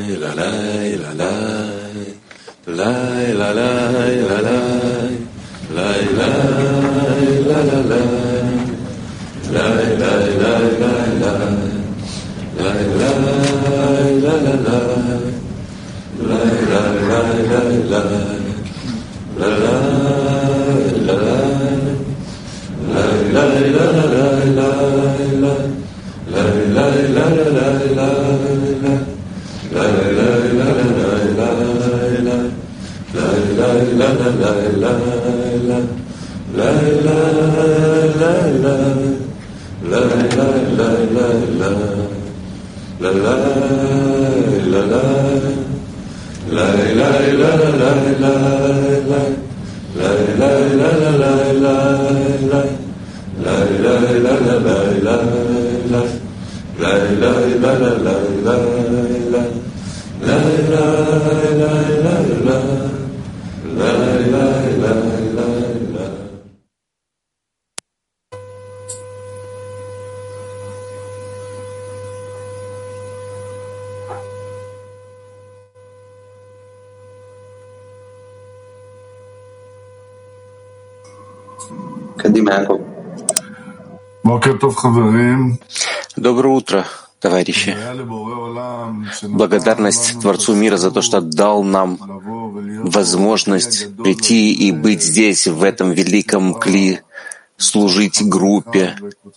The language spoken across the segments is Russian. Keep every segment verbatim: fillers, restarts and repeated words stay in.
Доброе утро, товарищи. Благодарность Творцу мира за то, что дал нам возможность прийти и быть здесь, в этом великом кли, служить группе.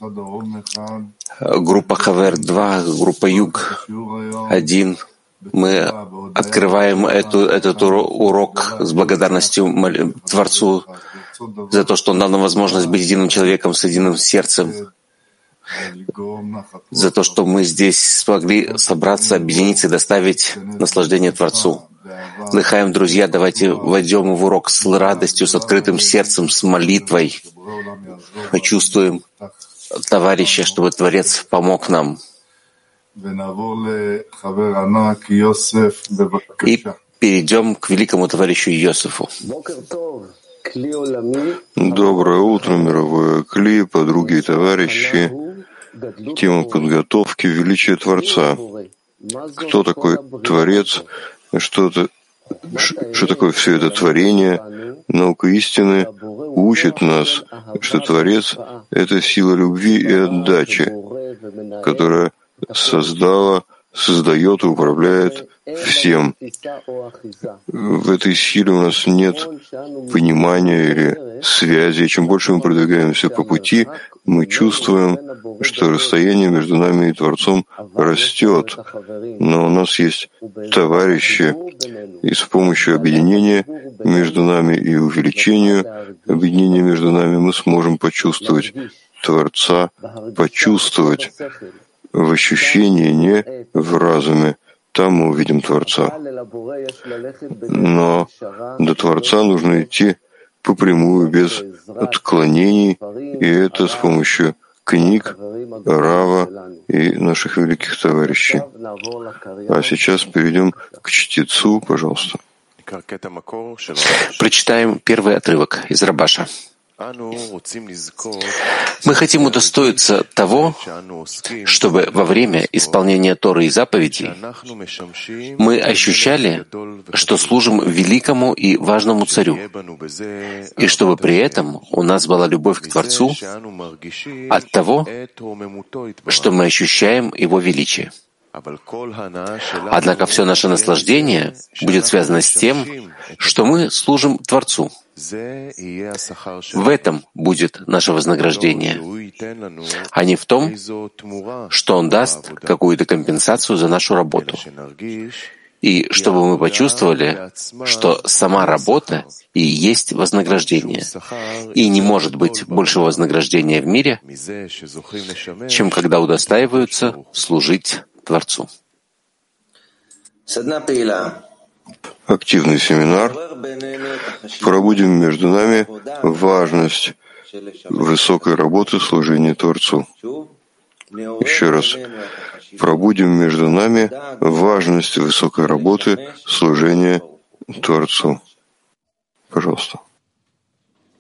Группа Хавер два, группа Юг один. Мы открываем эту, этот урок с благодарностью Творцу за то, что Он дал нам возможность быть единым человеком с единым сердцем, за то, что мы здесь смогли собраться, объединиться и доставить наслаждение Творцу. Лыхаем, друзья, давайте войдем в урок с радостью, с открытым сердцем, с молитвой. Почувствуем товарища, чтобы Творец помог нам. И перейдем к великому товарищу Йосефу. Доброе утро, мировое кли, подруги и товарищи. Тема подготовки величия Творца. Кто такой Творец? Что, это, что такое все это творение? Наука истины учит нас, что Творец — это сила любви и отдачи, которая создала, создает и управляет всем. В этой силе у нас нет понимания или связи. И чем больше мы продвигаемся по пути, мы чувствуем, что расстояние между нами и Творцом растет. Но у нас есть товарищи, и с помощью объединения между нами и увеличения объединения между нами мы сможем почувствовать Творца, почувствовать в ощущении, не в разуме. Там мы увидим Творца. Но до Творца нужно идти по прямую, без отклонений, и это с помощью книг, Рава и наших великих товарищей. А сейчас перейдем к чтецу, пожалуйста. Прочитаем первый отрывок из Рабаша. Мы хотим удостоиться того, чтобы во время исполнения Торы и заповедей мы ощущали, что служим великому и важному царю, и чтобы при этом у нас была любовь к Творцу от того, что мы ощущаем Его величие. Однако все наше наслаждение будет связано с тем, что мы служим Творцу. В этом будет наше вознаграждение, а не в том, что Он даст какую-то компенсацию за нашу работу. И чтобы мы почувствовали, что сама работа и есть вознаграждение, и не может быть большего вознаграждения в мире, чем когда удостаиваются служить Творцу. Активный семинар. Пробудим между нами важность высокой работы служения Творцу. Еще раз. Пробудим между нами важность высокой работы служения Творцу. Пожалуйста.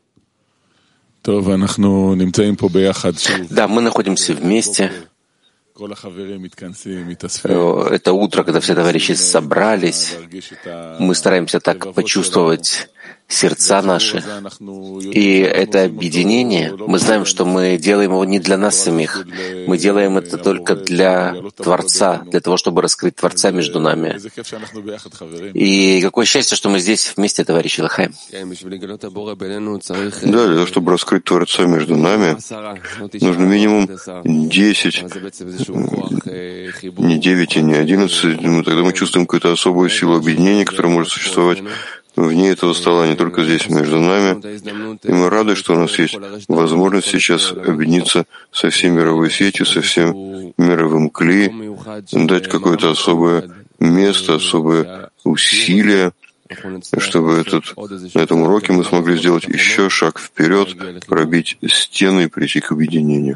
Да, мы находимся вместе. Это утро, когда все товарищи собрались, мы стараемся так почувствовать сердца наши. И это объединение, мы знаем, что мы делаем его не для нас самих, мы делаем это только для Творца, для того, чтобы раскрыть Творца между нами. И какое счастье, что мы здесь вместе, товарищи Лахаим. Да, для того, чтобы раскрыть Творца между нами, нужно минимум десять, не девять и не одиннадцать, тогда мы чувствуем какую-то особую силу объединения, которая может существовать вне этого стола, не только здесь, между нами. И мы рады, что у нас есть возможность сейчас объединиться со всей мировой сетью, со всем мировым кли, дать какое-то особое место, особое усилие, чтобы этот, на этом уроке мы смогли сделать еще шаг вперед, пробить стены и прийти к объединению.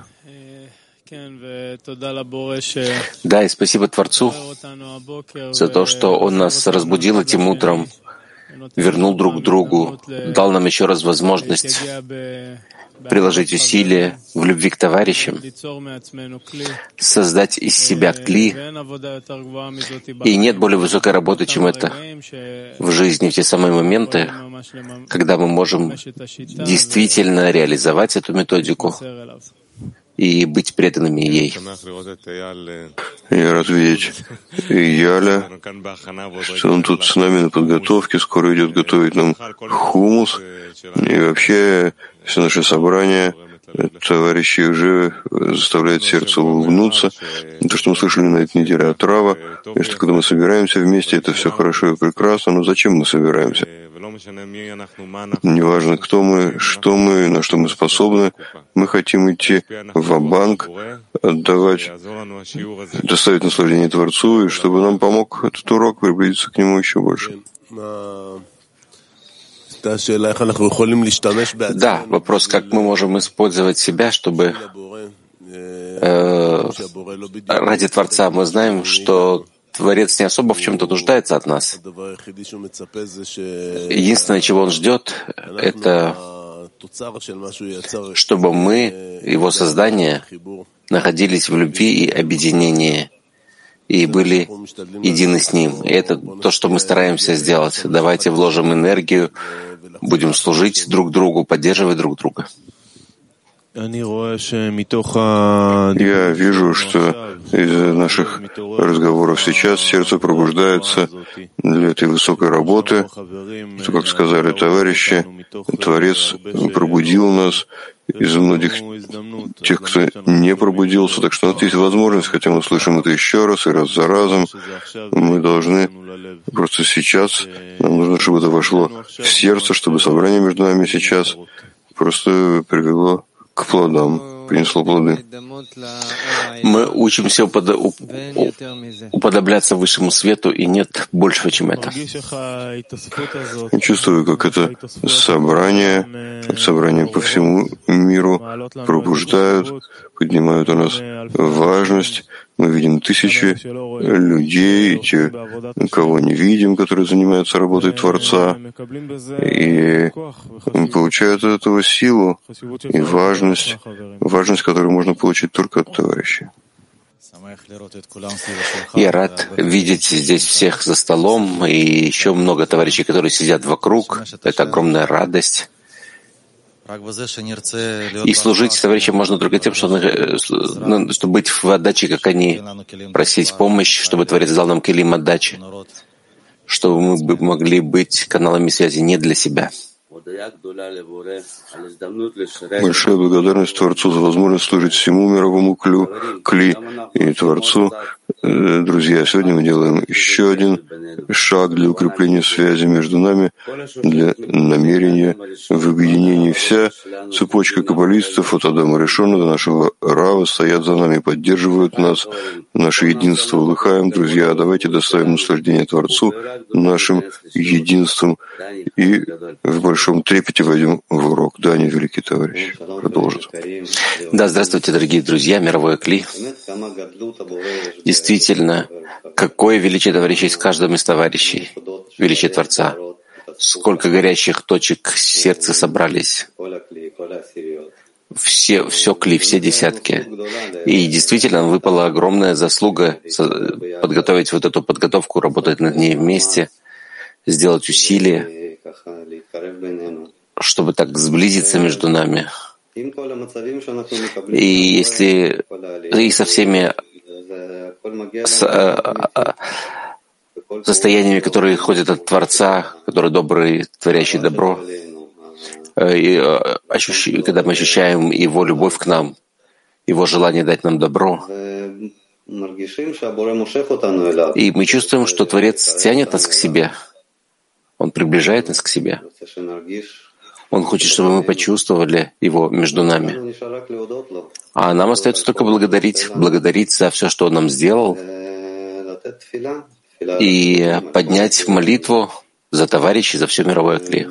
Да, и спасибо Творцу за то, что Он нас разбудил этим утром, вернул друг к другу, дал нам еще раз возможность приложить усилия в любви к товарищам, создать из себя кли. И нет более высокой работы, чем это в жизни, в те самые моменты, когда мы можем действительно реализовать эту методику и быть преданными ей. Я рад видеть Яля, что он тут с нами на подготовке, скоро идет готовить нам хумус. И вообще все наши собрания товарищи уже заставляют сердце улыбнуться. То, что мы слышали на этой неделе от Рава, что когда мы собираемся вместе, это все хорошо и прекрасно, но зачем мы собираемся? Неважно, кто мы, что мы, на что мы способны, мы хотим идти ва-банк, отдавать, доставить наслаждение Творцу, и чтобы нам помог этот урок приблизиться к нему еще больше. Да, вопрос, как мы можем использовать себя, чтобы э, ради Творца. Мы знаем, что Творец не особо в чем-то нуждается от нас. Единственное, чего Он ждет, это чтобы мы, Его создание, находились в любви и объединении и были едины с Ним. И это то, что мы стараемся сделать. Давайте вложим энергию, будем служить друг другу, поддерживать друг друга. Я вижу, что из наших разговоров сейчас сердце пробуждается для этой высокой работы, что, как сказали товарищи, Творец пробудил нас из многих тех, кто не пробудился. Так что у нас есть возможность, хотя мы слышим это еще раз и раз за разом, мы должны просто сейчас, нам нужно, чтобы это вошло в сердце, чтобы собрание между нами сейчас просто привело к плодам, принесло плоды. Мы учимся уподо... уподобляться высшему свету, и нет большего, чем это. Я чувствую, как это собрание, как собрание по всему миру пробуждают, поднимают у нас важность. Мы видим тысячи людей, те, кого не видим, которые занимаются работой Творца, и получают от этого силу и важность, важность, которую можно получить только от товарищей. Я рад видеть здесь всех за столом и еще много товарищей, которые сидят вокруг. Это огромная радость. И служить товарищам можно только тем, что, чтобы быть в отдаче, как они, просить помощь, чтобы Творец дал нам келим отдачи, чтобы мы могли быть каналами связи не для себя. Большая благодарность Творцу за возможность служить всему мировому клю, кли и Творцу. Друзья, сегодня мы делаем еще один шаг для укрепления связи между нами, для намерения в объединении. Вся цепочка каббалистов от Адама Ришона до нашего Рава стоят за нами, поддерживают нас, наше единство улыхаем. Друзья, давайте доставим наслаждение Творцу нашим единством и в большом трепете войдем в урок. Да, они великий товарищ. Продолжит. Да, здравствуйте, дорогие друзья, мировое кли. Действительно, какое величие товарищей с каждым из товарищей, величие Творца. Сколько горящих точек сердца собрались. все, все кли, все десятки. И действительно, выпала огромная заслуга подготовить вот эту подготовку, работать над ней вместе, сделать усилия, чтобы так сблизиться между нами. И если и со всеми с, а, а, состояниями, которые ходят от Творца, который добрый, творящий добро, и, ощущ... когда мы ощущаем Его любовь к нам, Его желание дать нам добро, и мы чувствуем, что Творец тянет нас к себе, Он приближает нас к себе. Он хочет, чтобы мы почувствовали Его между нами. А нам остается только благодарить, благодарить за все, что Он нам сделал, и поднять молитву за товарищей, за все мировое кли,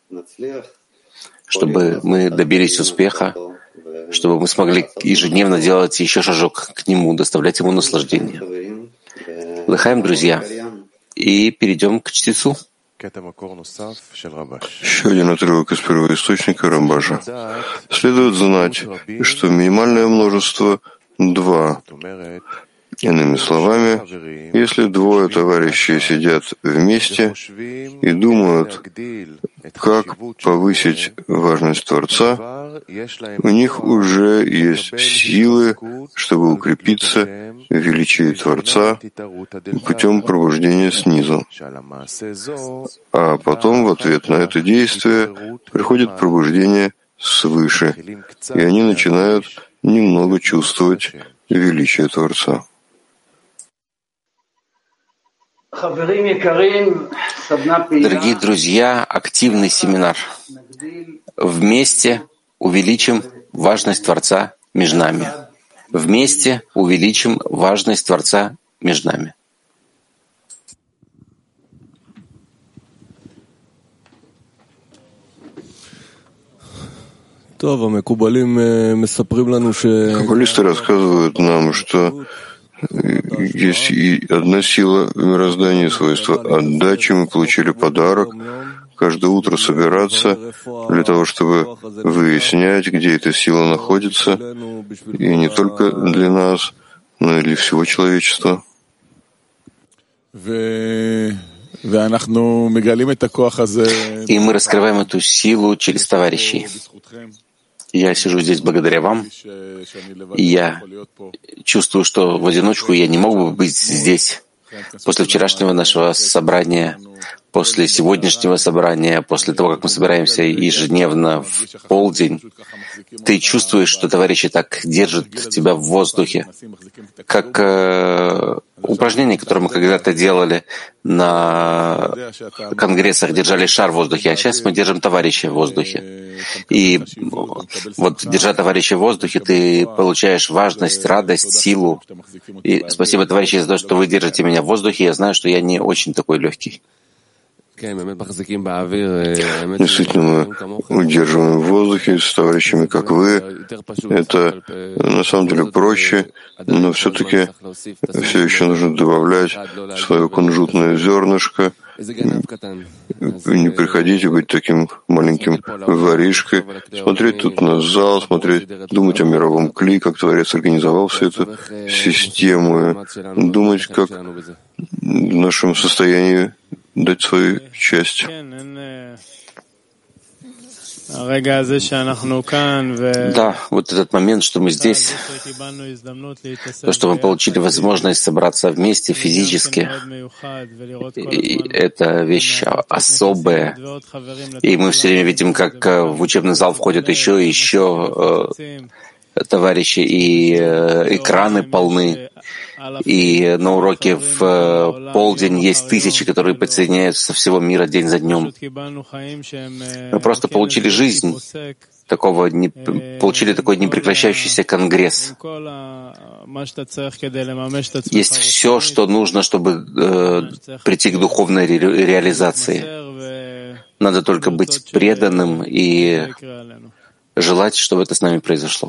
чтобы мы добились успеха, чтобы мы смогли ежедневно делать еще шажок к Нему, доставлять Ему наслаждение. Лыхаем, друзья, и перейдем к чтецу. Еще один отрывок из первоисточника Рамбажа. Следует знать, что минимальное множество — два. Иными словами, если двое товарищей сидят вместе и думают, как повысить важность Творца, у них уже есть силы, чтобы укрепиться в величии Творца путем пробуждения снизу. А потом в ответ на это действие приходит пробуждение свыше, и они начинают немного чувствовать величие Творца. Дорогие друзья, активный семинар. Вместе увеличим важность Творца между нами. Вместе увеличим важность Творца между нами. Каббалисты рассказывают нам, что есть и одна сила в мироздании, свойства отдачи. Мы получили подарок каждое утро собираться для того, чтобы выяснять, где эта сила находится, и не только для нас, но и для всего человечества. И мы раскрываем эту силу через товарищей. Я сижу здесь благодаря вам, и я чувствую, что в одиночку я не мог бы быть здесь. После вчерашнего нашего собрания, после сегодняшнего собрания, после того, как мы собираемся ежедневно в полдень, ты чувствуешь, что товарищи так держат тебя в воздухе, как э, упражнение, которое мы когда-то делали на конгрессах, держали шар в воздухе, а сейчас мы держим товарища в воздухе. И вот, держа товарища в воздухе, ты получаешь важность, радость, силу. И спасибо, товарищи, за то, что вы держите меня в воздухе. Я знаю, что я не очень такой легкий. Действительно, мы удерживаем в воздухе с товарищами, как вы. Это на самом деле проще, но все-таки все еще нужно добавлять свое кунжутное зернышко. Не приходите быть таким маленьким воришкой, смотреть тут на зал, смотреть, думать о мировом кли, как Творец организовал всю эту систему, думать, как в нашем состоянии дать свою часть. Да, вот этот момент, что мы здесь, то, что мы получили возможность собраться вместе физически, и это вещь особая. И мы все время видим, как в учебный зал входят еще и еще товарищи, и экраны полны. И на уроке в полдень есть тысячи, которые подсоединяются со всего мира день за днем. Мы просто получили жизнь, такого, не, получили такой непрекращающийся конгресс. Есть все, что нужно, чтобы э, прийти к духовной ре, реализации. Надо только быть преданным и желать, чтобы это с нами произошло.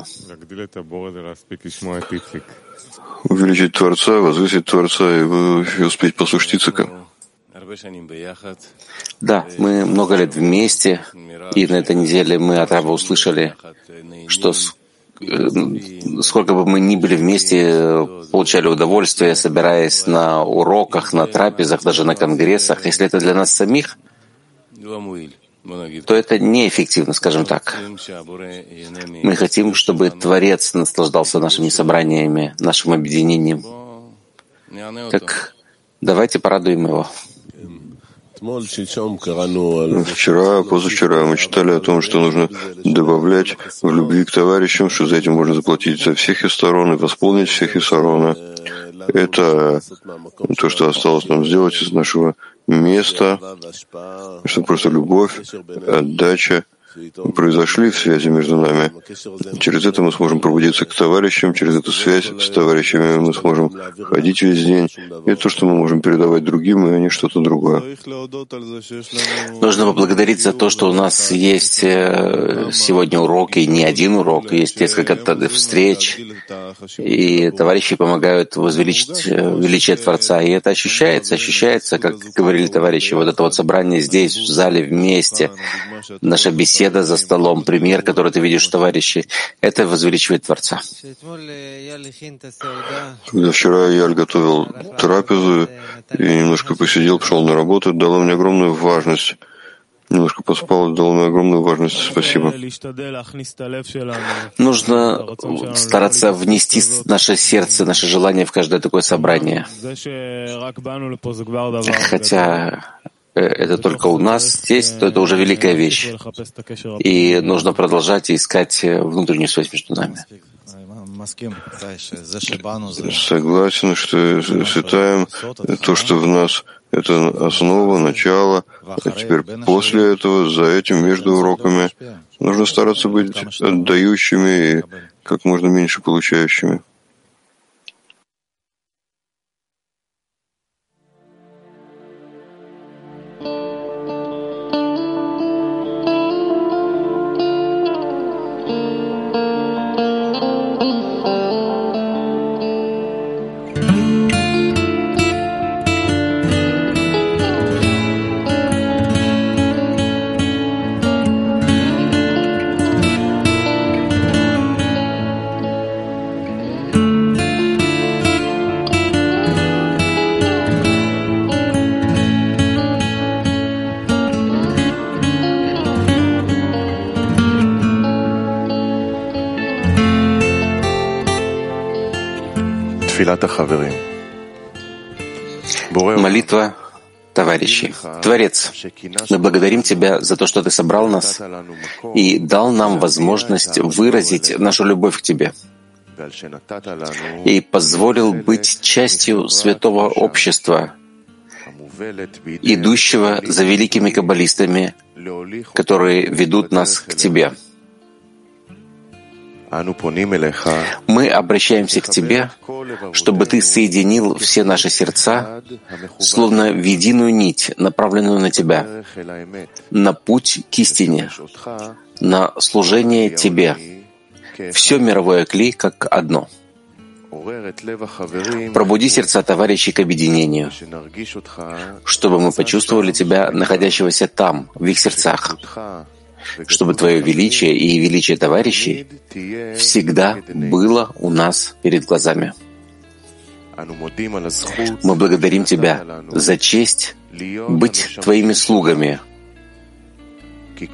Увеличить Творца, возвысить Творца и успеть послушать Ицхака. Да, мы много лет вместе, и на этой неделе мы от Раба услышали, что сколько бы мы ни были вместе, получали удовольствие, собираясь на уроках, на трапезах, даже на конгрессах. Если это для нас самих, то это неэффективно, скажем так. Мы хотим, чтобы Творец наслаждался нашими собраниями, нашим объединением. Так давайте порадуем его. Вчера, позавчера мы читали о том, что нужно добавлять в любви к товарищам, что за этим можно заплатить со всех их сторон и восполнить всех их сторон. Это то, что осталось нам сделать из нашего места, что просто любовь, отдача произошли в связи между нами. Через это мы сможем пробудиться к товарищам, через эту связь с товарищами мы сможем ходить весь день. И это то, что мы можем передавать другим, и не что-то другое. Нужно поблагодарить за то, что у нас есть сегодня урок, и не один урок, есть несколько встреч, и товарищи помогают возвеличить величие Творца. И это ощущается, ощущается, как говорили товарищи, вот это вот собрание здесь, в зале, вместе, наша беседа за столом, пример, который ты видишь, товарищи, это возвеличивает Творца. Когда вчера я готовил трапезу и немножко посидел, пошел на работу, это дало мне огромную важность. Немножко поспал, дало мне огромную важность. Спасибо. Нужно стараться внести наше сердце, наше желание в каждое такое собрание. Хотя это только у нас здесь, то это уже великая вещь. И нужно продолжать искать внутреннюю связь между нами. Согласен, что считаем то, что в нас это основа, начало, а теперь после этого, за этим, между уроками, нужно стараться быть отдающими и как можно меньше получающими. Молитва товарищей. Творец, мы благодарим Тебя за то, что Ты собрал нас и дал нам возможность выразить нашу любовь к Тебе и позволил быть частью святого общества, идущего за великими каббалистами, которые ведут нас к Тебе. Мы обращаемся к Тебе, чтобы Ты соединил все наши сердца, словно в единую нить, направленную на Тебя, на путь к истине, на служение Тебе. Все мировое кли как одно. Пробуди сердца товарищей к объединению, чтобы мы почувствовали Тебя, находящегося там, в их сердцах, чтобы Твое величие и величие товарищей всегда было у нас перед глазами. Мы благодарим Тебя за честь быть Твоими слугами,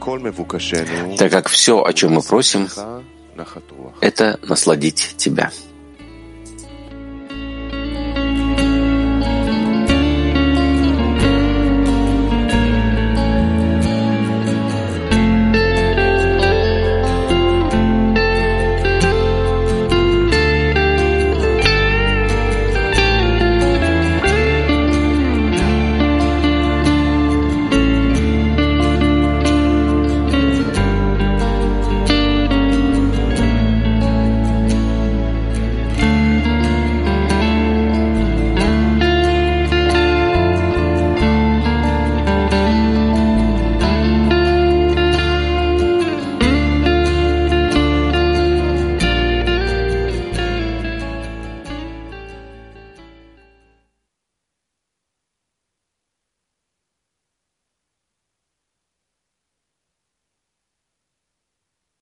так как все, о чем мы просим, это насладить Тебя.